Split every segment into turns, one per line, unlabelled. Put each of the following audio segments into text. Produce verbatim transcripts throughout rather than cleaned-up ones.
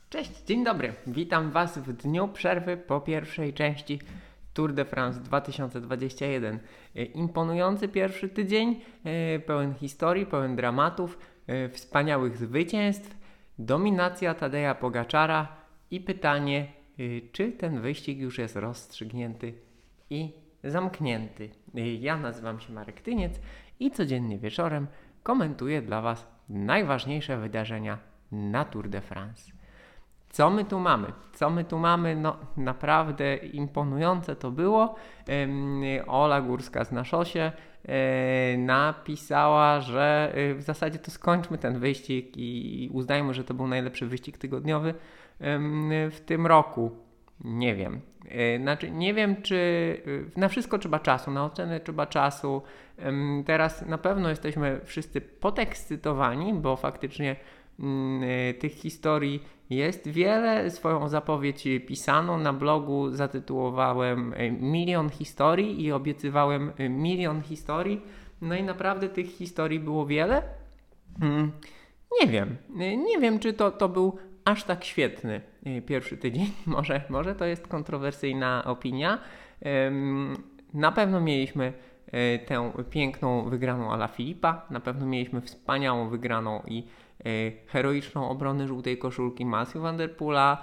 Cześć, dzień dobry. Witam Was w dniu przerwy po pierwszej części Tour de France dwa tysiące dwudziesty pierwszy. E, Imponujący pierwszy tydzień, e, pełen historii, pełen dramatów, e, wspaniałych zwycięstw, dominacja Tadeja Pogaczara i pytanie, e, czy ten wyścig już jest rozstrzygnięty i zamknięty. E, Ja nazywam się Marek Tyniec i codziennie wieczorem komentuję dla Was najważniejsze wydarzenia na Tour de France. Co my tu mamy? Co my tu mamy? No naprawdę imponujące to było. Ola Górska z Naszosie napisała, że w zasadzie to skończmy ten wyścig i uznajmy, że to był najlepszy wyścig tygodniowy w tym roku. Nie wiem. Znaczy, nie wiem, czy na wszystko trzeba czasu, na ocenę trzeba czasu. Teraz na pewno jesteśmy wszyscy podekscytowani, bo faktycznie tych historii jest wiele. Swoją zapowiedź pisano na blogu, zatytułowałem Milion historii i obiecywałem milion historii. No i naprawdę tych historii było wiele. Nie wiem, nie wiem, czy to, to był aż tak świetny pierwszy tydzień. Może, może to jest kontrowersyjna opinia. Na pewno mieliśmy tę piękną wygraną Alaphilippa, na pewno mieliśmy wspaniałą wygraną i heroiczną obronę żółtej koszulki Mathieu van der Poola.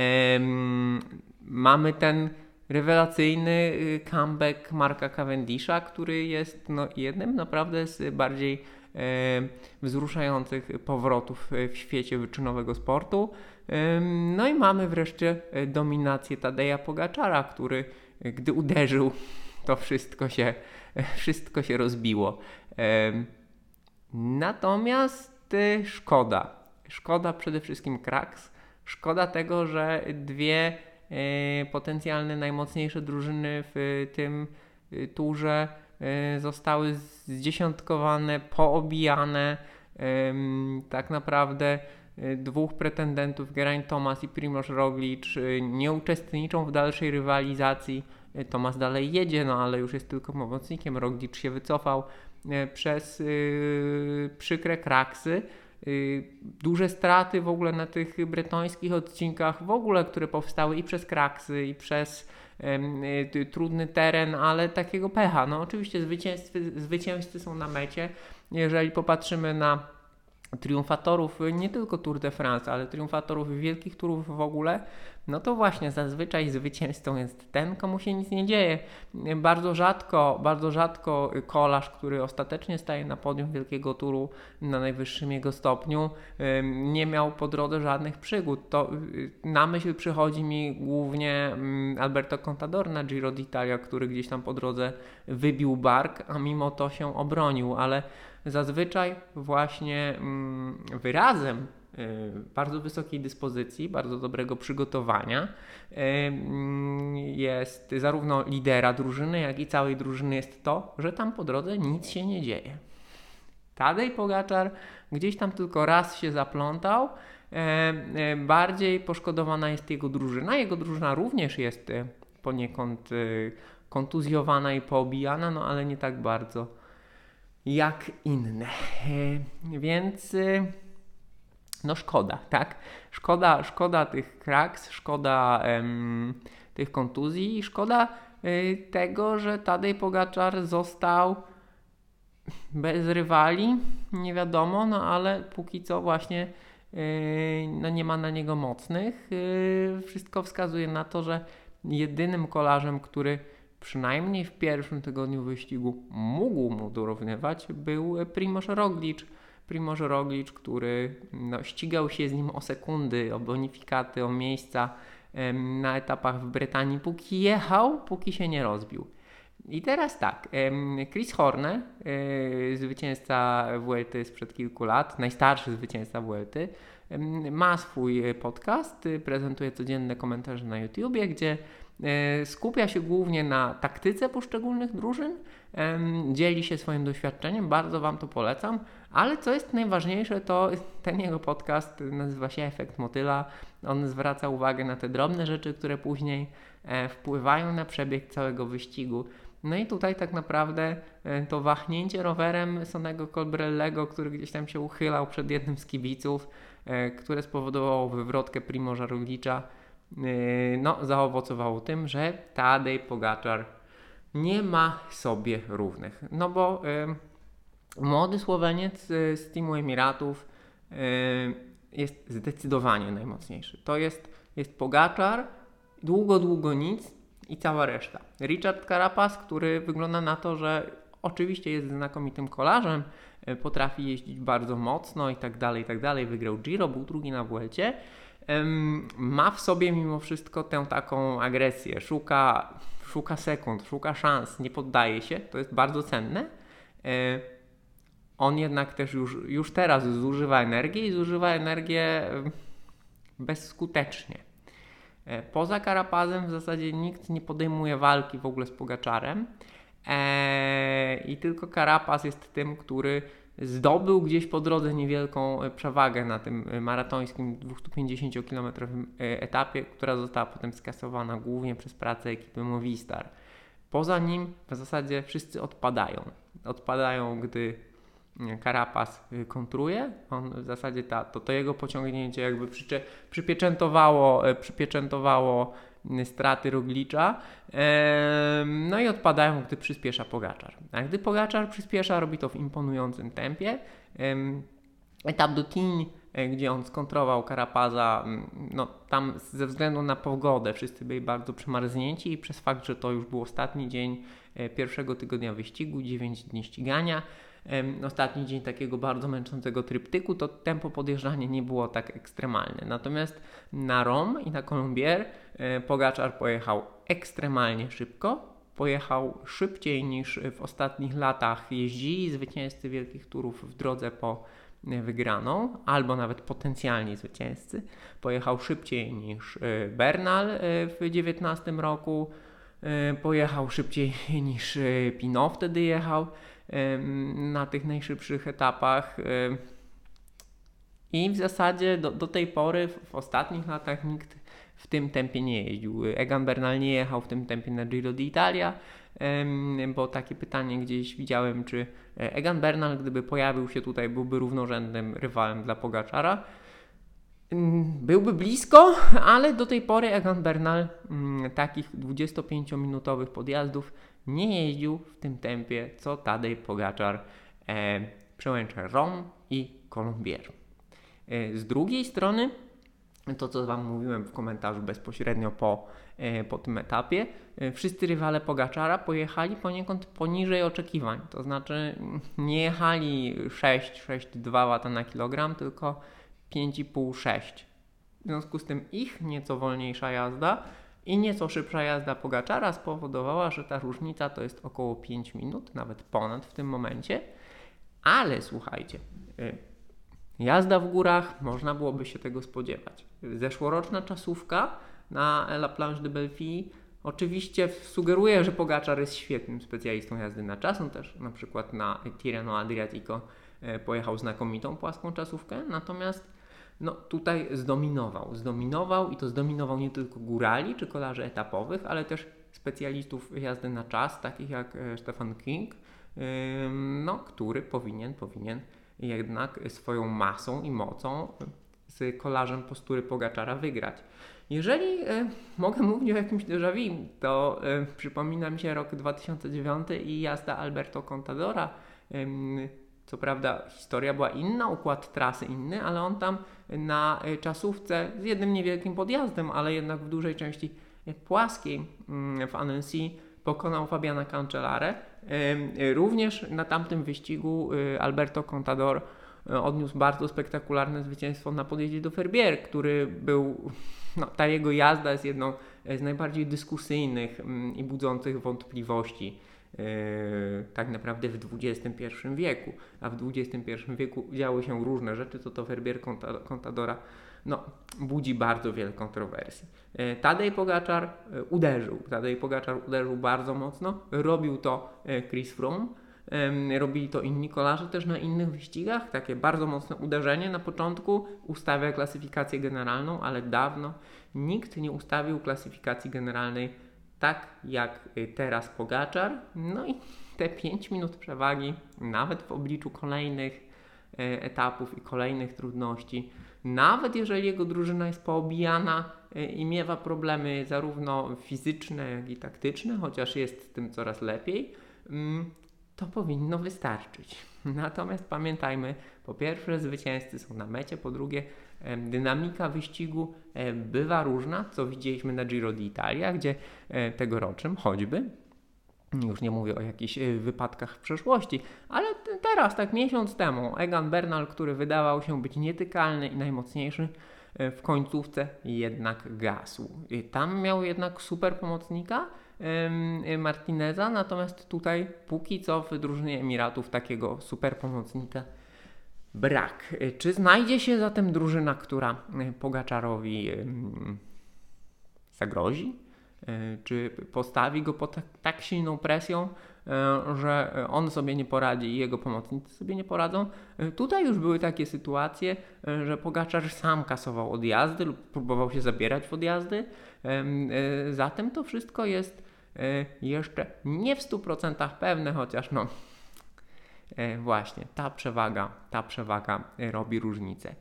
Mamy ten rewelacyjny comeback Marka Cavendisha, który jest no, jednym naprawdę z bardziej e, wzruszających powrotów w świecie wyczynowego sportu. E, no i mamy wreszcie dominację Tadeja Pogaczara, który gdy uderzył, to wszystko się, wszystko się rozbiło. E, natomiast Szkoda. Szkoda przede wszystkim kraks. Szkoda tego, że dwie e, potencjalne najmocniejsze drużyny w tym e, turze e, zostały zdziesiątkowane, poobijane. E, tak naprawdę e, dwóch pretendentów, Geraint Thomas i Primož Roglič, e, nie uczestniczą w dalszej rywalizacji. E, Thomas dalej jedzie, no ale już jest tylko pomocnikiem. Roglič się wycofał przez yy, przykre kraksy. Yy, duże straty w ogóle na tych bretońskich odcinkach, w ogóle, które powstały i przez kraksy, i przez yy, yy, trudny teren, ale takiego pecha. No oczywiście zwycięzcy, zwycięzcy są na mecie. Jeżeli popatrzymy na triumfatorów nie tylko Tour de France, ale triumfatorów wielkich turów w ogóle, no to właśnie zazwyczaj zwycięzcą jest ten, komu się nic nie dzieje. Bardzo rzadko, bardzo rzadko kolarz, który ostatecznie staje na podium wielkiego turu na najwyższym jego stopniu, nie miał po drodze żadnych przygód. To na myśl przychodzi mi głównie Alberto Contador na Giro d'Italia, który gdzieś tam po drodze wybił bark, a mimo to się obronił, ale zazwyczaj właśnie wyrazem bardzo wysokiej dyspozycji, bardzo dobrego przygotowania jest zarówno lidera drużyny, jak i całej drużyny jest to, że tam po drodze nic się nie dzieje. Tadej Pogaczar gdzieś tam tylko raz się zaplątał, bardziej poszkodowana jest jego drużyna. Jego drużyna również jest poniekąd kontuzjowana i poobijana, no ale nie tak bardzo jak inne. Więc no szkoda, tak? Szkoda, szkoda tych kraks, szkoda em, tych kontuzji i szkoda y, tego, że Tadej Pogaczar został bez rywali, nie wiadomo, no ale póki co właśnie y, no nie ma na niego mocnych. Y, wszystko wskazuje na to, że jedynym kolarzem, który przynajmniej w pierwszym tygodniu wyścigu mógł mu dorównywać, był Primož Roglič. Primož Roglič, który no, ścigał się z nim o sekundy, o bonifikaty, o miejsca em, na etapach w Brytanii, póki jechał, póki się nie rozbił. I teraz tak, em, Chris Horner, e, zwycięzca Vuelty sprzed kilku lat, najstarszy zwycięzca Vuelty, em, ma swój podcast, prezentuje codzienne komentarze na YouTubie, gdzie skupia się głównie na taktyce poszczególnych drużyn, dzieli się swoim doświadczeniem, bardzo Wam to polecam, ale co jest najważniejsze, to ten jego podcast nazywa się Efekt Motyla. On zwraca uwagę na te drobne rzeczy, które później wpływają na przebieg całego wyścigu. No i tutaj tak naprawdę to wahnięcie rowerem Sonego Colbrellego, który gdzieś tam się uchylał przed jednym z kibiców, które spowodowało wywrotkę Primoża Roglicza, no, zaowocowało tym, że Tadej Pogaczar nie ma sobie równych. No bo y, młody Słoweniec y, z Teamu Emiratów y, jest zdecydowanie najmocniejszy. To jest, jest Pogaczar, długo, długo nic i cała reszta. Richard Carapaz, który wygląda na to, że oczywiście jest znakomitym kolarzem, y, potrafi jeździć bardzo mocno i tak dalej, i tak dalej. Wygrał Giro, był drugi na Vuelcie. Ma w sobie mimo wszystko tę taką agresję, szuka, szuka sekund, szuka szans, nie poddaje się, to jest bardzo cenne. On jednak też już, już teraz zużywa energię i zużywa energię bezskutecznie. Poza Carapazem w zasadzie nikt nie podejmuje walki w ogóle z Pogaczarem i tylko Carapaz jest tym, który zdobył gdzieś po drodze niewielką przewagę na tym maratońskim dwustupięćdziesięciokilometrowym etapie, która została potem skasowana głównie przez pracę ekipy Movistar. Poza nim w zasadzie wszyscy odpadają. Odpadają, gdy Carapaz kontruje. On w zasadzie ta, to, to jego pociągnięcie jakby przycze, przypieczętowało, przypieczętowało straty Roglicza, no i odpadają, gdy przyspiesza Pogaczar. A gdy Pogaczar przyspiesza, robi to w imponującym tempie. Etap do Tignes, gdzie on skontrował Carapaza, no tam ze względu na pogodę wszyscy byli bardzo przemarznięci i przez fakt, że to już był ostatni dzień pierwszego tygodnia wyścigu, dziewięć dni ścigania, ostatni dzień takiego bardzo męczącego tryptyku, to tempo podjeżdżania nie było tak ekstremalne. Natomiast na Rome i na Colombier Pogaczar pojechał ekstremalnie szybko, pojechał szybciej niż w ostatnich latach jeździli zwycięzcy wielkich turów w drodze po wygraną, albo nawet potencjalni zwycięzcy. Pojechał szybciej niż Bernal w dziewiętnastym roku, pojechał szybciej niż Pinot wtedy jechał na tych najszybszych etapach i w zasadzie do, do tej pory w, w ostatnich latach nikt w tym tempie nie jeździł. Egan Bernal nie jechał w tym tempie na Giro d'Italia, bo takie pytanie gdzieś widziałem, czy Egan Bernal, gdyby pojawił się tutaj, byłby równorzędnym rywalem dla Pogaczara. Byłby blisko, ale do tej pory Egan Bernal takich dwudziestopięciominutowych podjazdów nie jeździł w tym tempie, co Tadej Pogaczar e, przełęcza Rome i Colombier. E, z drugiej strony, to co Wam mówiłem w komentarzu bezpośrednio po, e, po tym etapie, e, wszyscy rywale Pogaczara pojechali poniekąd poniżej oczekiwań, to znaczy nie jechali sześć sześć przecinek dwa wata na kilogram, tylko pięć i pół sześć. W związku z tym ich nieco wolniejsza jazda i nieco szybsza jazda Pogaczara spowodowała, że ta różnica to jest około pięć minut, nawet ponad w tym momencie. Ale słuchajcie, jazda w górach, można byłoby się tego spodziewać. Zeszłoroczna czasówka na La Planche de Belfi oczywiście sugeruje, że Pogaczar jest świetnym specjalistą jazdy na czas. On też na przykład na Tirreno Adriatico pojechał znakomitą płaską czasówkę, natomiast no tutaj zdominował, zdominował i to zdominował nie tylko górali czy kolarzy etapowych, ale też specjalistów jazdy na czas, takich jak Stefan King, no, który powinien, powinien jednak swoją masą i mocą z kolarzem postury Pogaczara wygrać. Jeżeli e, mogę mówić o jakimś déjà vu, to e, przypomina mi się rok dwa tysiące dziewiąty i jazda Alberto Contadora. E, co prawda historia była inna, układ trasy inny, ale on tam na czasówce z jednym niewielkim podjazdem, ale jednak w dużej części płaskiej w Annecy pokonał Fabiana Cancellarę. Również na tamtym wyścigu Alberto Contador odniósł bardzo spektakularne zwycięstwo na podjeździe do Verbier, który był, no, ta jego jazda jest jedną z najbardziej dyskusyjnych i budzących wątpliwości tak naprawdę w dwudziestym pierwszym wieku, a w dwudziestym pierwszym wieku działy się różne rzeczy, to to Verbier Contadora no, budzi bardzo wiele kontrowersji. Tadej Pogaczar uderzył, Tadej Pogaczar uderzył bardzo mocno, robił to Chris Froome, robili to inni kolarze też na innych wyścigach, takie bardzo mocne uderzenie na początku, ustawia klasyfikację generalną, ale dawno nikt nie ustawił klasyfikacji generalnej tak jak teraz Pogaczar. No i te pięć minut przewagi, nawet w obliczu kolejnych etapów i kolejnych trudności, nawet jeżeli jego drużyna jest poobijana i miewa problemy zarówno fizyczne, jak i taktyczne, chociaż jest z tym coraz lepiej, to powinno wystarczyć. Natomiast pamiętajmy, po pierwsze zwycięzcy są na mecie, po drugie dynamika wyścigu bywa różna, co widzieliśmy na Giro d'Italia, gdzie tegorocznym choćby, już nie mówię o jakichś wypadkach w przeszłości, ale teraz, tak miesiąc temu, Egan Bernal, który wydawał się być nietykalny i najmocniejszy, w końcówce jednak gasł. Tam miał jednak super pomocnika Martineza, natomiast tutaj póki co w drużynie Emiratów takiego super pomocnika brak. Czy znajdzie się zatem drużyna, która Pogaczarowi zagrozi? Czy postawi go pod tak, tak silną presją, że on sobie nie poradzi i jego pomocnicy sobie nie poradzą? Tutaj już były takie sytuacje, że Pogaczar sam kasował odjazdy lub próbował się zabierać w odjazdy. Zatem to wszystko jest jeszcze nie w stu procentach pewne, chociaż no właśnie ta przewaga, ta przewaga robi różnicę.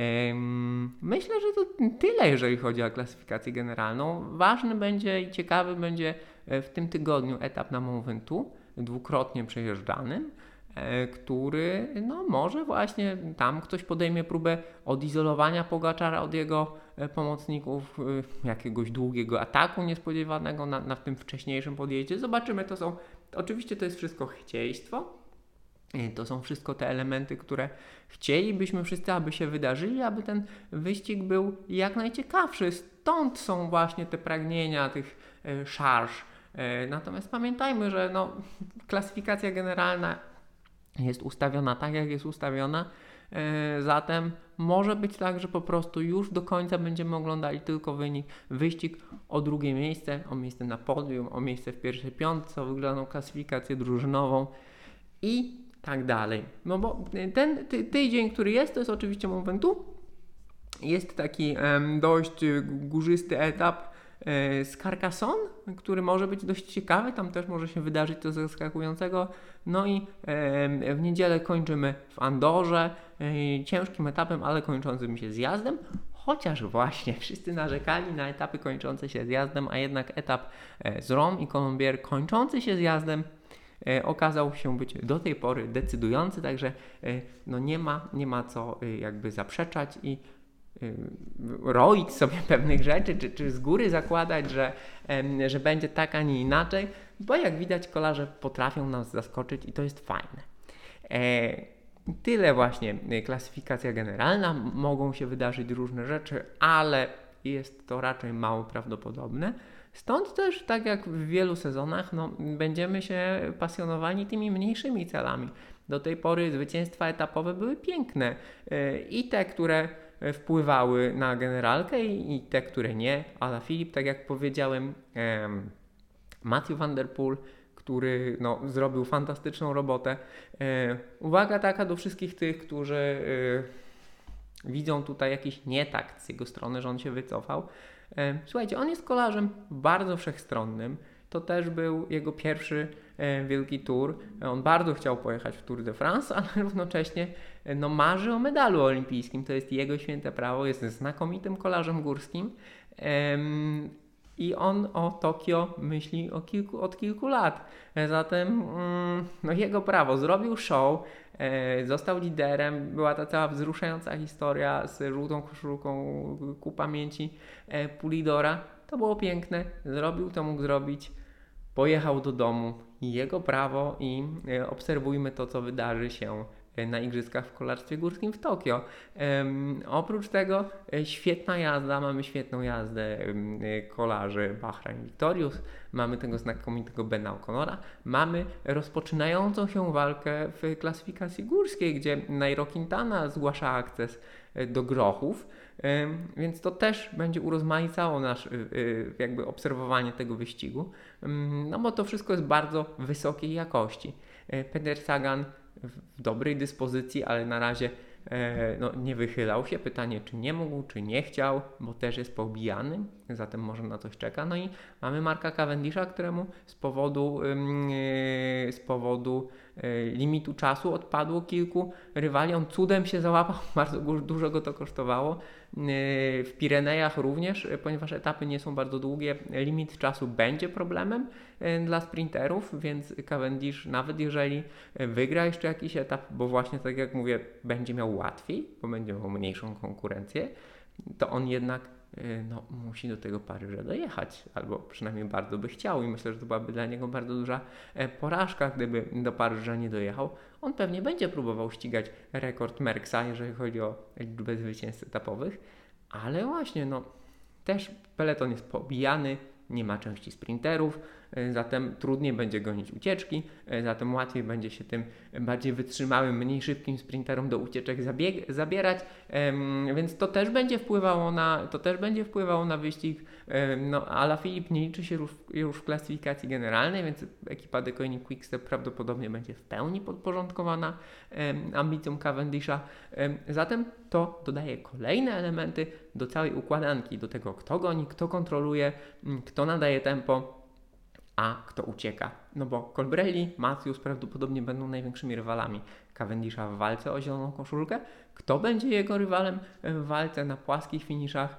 Myślę, że to tyle, jeżeli chodzi o klasyfikację generalną. Ważny będzie i ciekawy będzie w tym tygodniu etap na Mont Ventoux, dwukrotnie przejeżdżanym, który no może właśnie tam ktoś podejmie próbę odizolowania Pogaczara od jego pomocników, jakiegoś długiego ataku niespodziewanego na, na tym wcześniejszym podjeździe. Zobaczymy, to są, oczywiście to jest wszystko chcieństwo. To są wszystko te elementy, które chcielibyśmy wszyscy, aby się wydarzyli, aby ten wyścig był jak najciekawszy. Stąd są właśnie te pragnienia tych e, szarż. E, natomiast pamiętajmy, że no, klasyfikacja generalna jest ustawiona tak, jak jest ustawiona. E, zatem może być tak, że po prostu już do końca będziemy oglądali tylko wynik, wyścig o drugie miejsce, o miejsce na podium, o miejsce w pierwszej piątce, o wygraną klasyfikację drużynową i tak dalej. No bo ten ty, tydzień, który jest, to jest oczywiście Mont Ventoux. Jest taki um, dość górzysty etap e, z Carcassonne, który może być dość ciekawy. Tam też może się wydarzyć coś zaskakującego. No i e, w niedzielę kończymy w Andorze e, ciężkim etapem, ale kończącym się zjazdem. Chociaż właśnie wszyscy narzekali na etapy kończące się zjazdem, a jednak etap e, z Rome i Colombier kończący się zjazdem E, okazał się być do tej pory decydujący, także e, no nie ma, nie ma co e, jakby zaprzeczać i e, roić sobie pewnych rzeczy, czy, czy z góry zakładać, że, e, że będzie tak, a nie inaczej, bo jak widać kolarze potrafią nas zaskoczyć i to jest fajne. E, tyle właśnie klasyfikacja generalna, mogą się wydarzyć różne rzeczy, ale jest to raczej mało prawdopodobne. Stąd też, tak jak w wielu sezonach, no, będziemy się pasjonowani tymi mniejszymi celami. Do tej pory zwycięstwa etapowe były piękne. I te, które wpływały na generalkę i te, które nie. Alaphilippe, tak jak powiedziałem, Mathieu van der Poel, który no, zrobił fantastyczną robotę. Uwaga taka do wszystkich tych, którzy widzą tutaj jakiś nietakt z jego strony, że on się wycofał. Słuchajcie, on jest kolarzem bardzo wszechstronnym. To też był jego pierwszy e, wielki tour. On bardzo chciał pojechać w Tour de France, ale równocześnie e, no, marzy o medalu olimpijskim. To jest jego święte prawo. Jest znakomitym kolarzem górskim. Ehm, I on o Tokio myśli o kilku, od kilku lat. E, zatem mm, no, jego prawo. Zrobił show. E, został liderem. Była ta cała wzruszająca historia z żółtą koszulką ku pamięci e, Pulidora. To było piękne. Zrobił to, mógł zrobić. Pojechał do domu. Jego prawo i e, obserwujmy to, co wydarzy się na Igrzyskach w kolarstwie górskim w Tokio. Um, oprócz tego e, świetna jazda, mamy świetną jazdę e, kolarzy Bahrain Victorious, mamy tego znakomitego Bena O'Connora, mamy rozpoczynającą się walkę w klasyfikacji górskiej, gdzie Nairo Quintana zgłasza akces e, do Grochów, e, więc to też będzie urozmaicało nasz e, jakby obserwowanie tego wyścigu, e, no bo to wszystko jest bardzo wysokiej jakości. E, Peter Sagan w dobrej dyspozycji, ale na razie e, no, nie wychylał się. Pytanie, czy nie mógł, czy nie chciał, bo też jest poobijany, zatem może na coś czeka. No i mamy Marka Cavendisha, któremu z powodu, yy, z powodu yy, limitu czasu odpadło kilku rywali. On cudem się załapał, bardzo dużo go to kosztowało. W Pirenejach również, ponieważ etapy nie są bardzo długie, limit czasu będzie problemem dla sprinterów, więc Cavendish, nawet jeżeli wygra jeszcze jakiś etap, bo właśnie tak jak mówię, będzie miał łatwiej, bo będzie miał mniejszą konkurencję, to on jednak no, musi do tego Paryża dojechać, albo przynajmniej bardzo by chciał i myślę, że to byłaby dla niego bardzo duża porażka, gdyby do Paryża nie dojechał. On pewnie będzie próbował ścigać rekord Merckxa, jeżeli chodzi o liczbę zwycięstw etapowych, ale właśnie, no, też peleton jest poobijany, nie ma części sprinterów, zatem trudniej będzie gonić ucieczki, zatem łatwiej będzie się tym bardziej wytrzymałym, mniej szybkim sprinterom do ucieczek zabieg- zabierać, więc to też będzie wpływało na, to też będzie wpływało na wyścig. No, Alaphilippe nie liczy się już, już w klasyfikacji generalnej, więc ekipa De Koning Quick-Step prawdopodobnie będzie w pełni podporządkowana ambicjom Cavendisha, zatem to dodaje kolejne elementy do całej układanki, do tego, kto goni, kto kontroluje, kto nadaje tempo, a kto ucieka. No bo Colbrelli, Matthews prawdopodobnie będą największymi rywalami Cavendisha w walce o zieloną koszulkę. Kto będzie jego rywalem w walce na płaskich finiszach,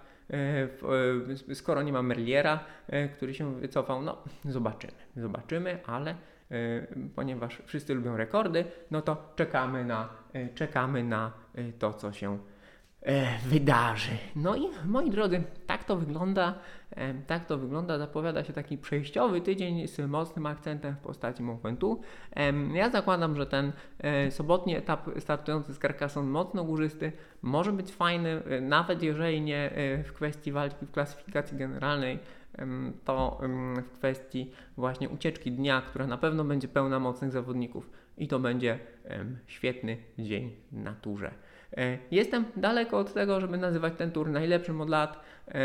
skoro nie ma Merliera, który się wycofał? No zobaczymy, zobaczymy, ale ponieważ wszyscy lubią rekordy, no to czekamy na, czekamy na to, co się wydarzy. No i moi drodzy, tak to wygląda, tak to wygląda, zapowiada się taki przejściowy tydzień z mocnym akcentem w postaci Mont Ventoux. Ja zakładam, że ten sobotni etap startujący z Carcassonne mocno górzysty może być fajny, nawet jeżeli nie w kwestii walki w klasyfikacji generalnej, to w kwestii właśnie ucieczki dnia, która na pewno będzie pełna mocnych zawodników i to będzie świetny dzień w naturze. Jestem daleko od tego, żeby nazywać ten tour najlepszym od lat.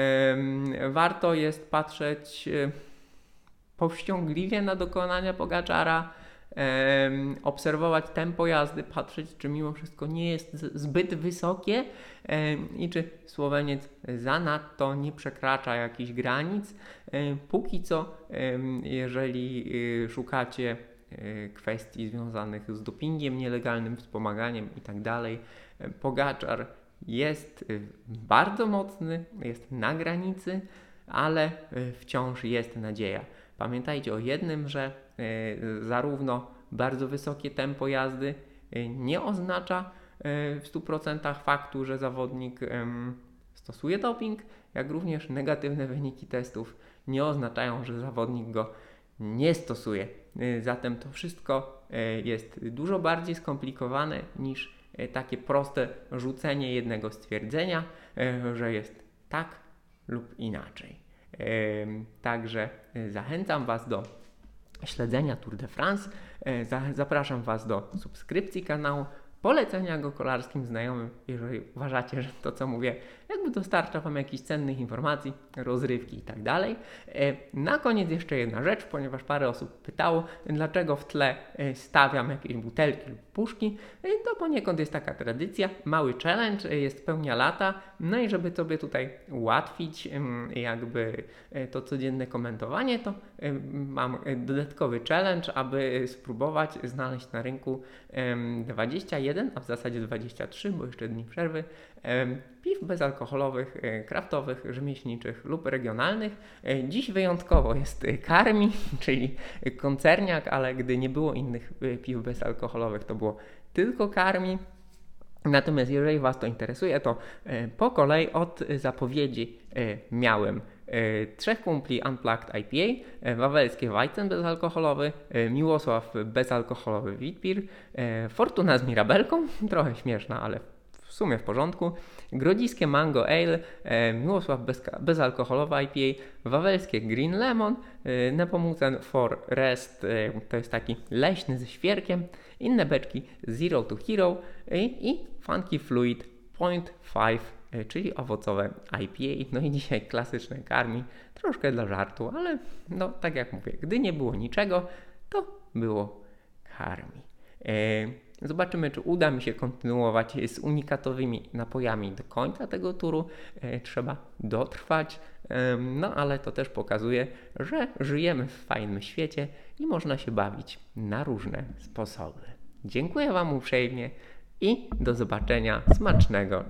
Warto jest patrzeć powściągliwie na dokonania Pogaczara, obserwować tempo jazdy, patrzeć, czy mimo wszystko nie jest zbyt wysokie i czy Słoweniec zanadto nie przekracza jakichś granic. Póki co, jeżeli szukacie kwestii związanych z dopingiem, nielegalnym wspomaganiem i tak dalej, Pogaczar jest bardzo mocny, jest na granicy, ale wciąż jest nadzieja. Pamiętajcie o jednym, że zarówno bardzo wysokie tempo jazdy nie oznacza w stu procentach faktu, że zawodnik stosuje doping, jak również negatywne wyniki testów nie oznaczają, że zawodnik go nie stosuje. Zatem to wszystko jest dużo bardziej skomplikowane niż takie proste rzucenie jednego stwierdzenia, że jest tak lub inaczej. Także zachęcam Was do śledzenia Tour de France, zapraszam Was do subskrypcji kanału, polecenia go kolarskim znajomym, jeżeli uważacie, że to, co mówię, jakby dostarcza Wam jakichś cennych informacji, rozrywki i tak dalej. Na koniec jeszcze jedna rzecz, ponieważ parę osób pytało, dlaczego w tle stawiam jakieś butelki lub puszki. To poniekąd jest taka tradycja, mały challenge, jest pełnia lata, no i żeby sobie tutaj ułatwić jakby to codzienne komentowanie, to mam dodatkowy challenge, aby spróbować znaleźć na rynku dwadzieścia jeden, a w zasadzie dwadzieścia trzy, bo jeszcze dni przerwy, piw bezalkoholowych, kraftowych, rzemieślniczych lub regionalnych. Dziś wyjątkowo jest Karmi, czyli koncerniak, ale gdy nie było innych piw bezalkoholowych, to było tylko Karmi. Natomiast jeżeli Was to interesuje, to po kolei od zapowiedzi miałem Trzech Kumpli Unplugged I P A, Wawelskie Weizen bezalkoholowy, Miłosław bezalkoholowy Witbier, Fortuna z Mirabelką, trochę śmieszna, ale w sumie w porządku, Grodziskie Mango Ale, Miłosław bez, bezalkoholowy I P A, Wawelskie Green Lemon, Nepomucen For Rest, to jest taki leśny ze świerkiem, inne beczki Zero to Hero i, i Funky Fluid Point pięć, czyli owocowe I P A. No i dzisiaj klasyczne Karmi, troszkę dla żartu, ale no tak jak mówię, gdy nie było niczego, to było Karmi. Zobaczymy, czy uda mi się kontynuować z unikatowymi napojami do końca tego turu. Trzeba dotrwać, no ale to też pokazuje, że żyjemy w fajnym świecie i można się bawić na różne sposoby. Dziękuję Wam uprzejmie i do zobaczenia. Smacznego!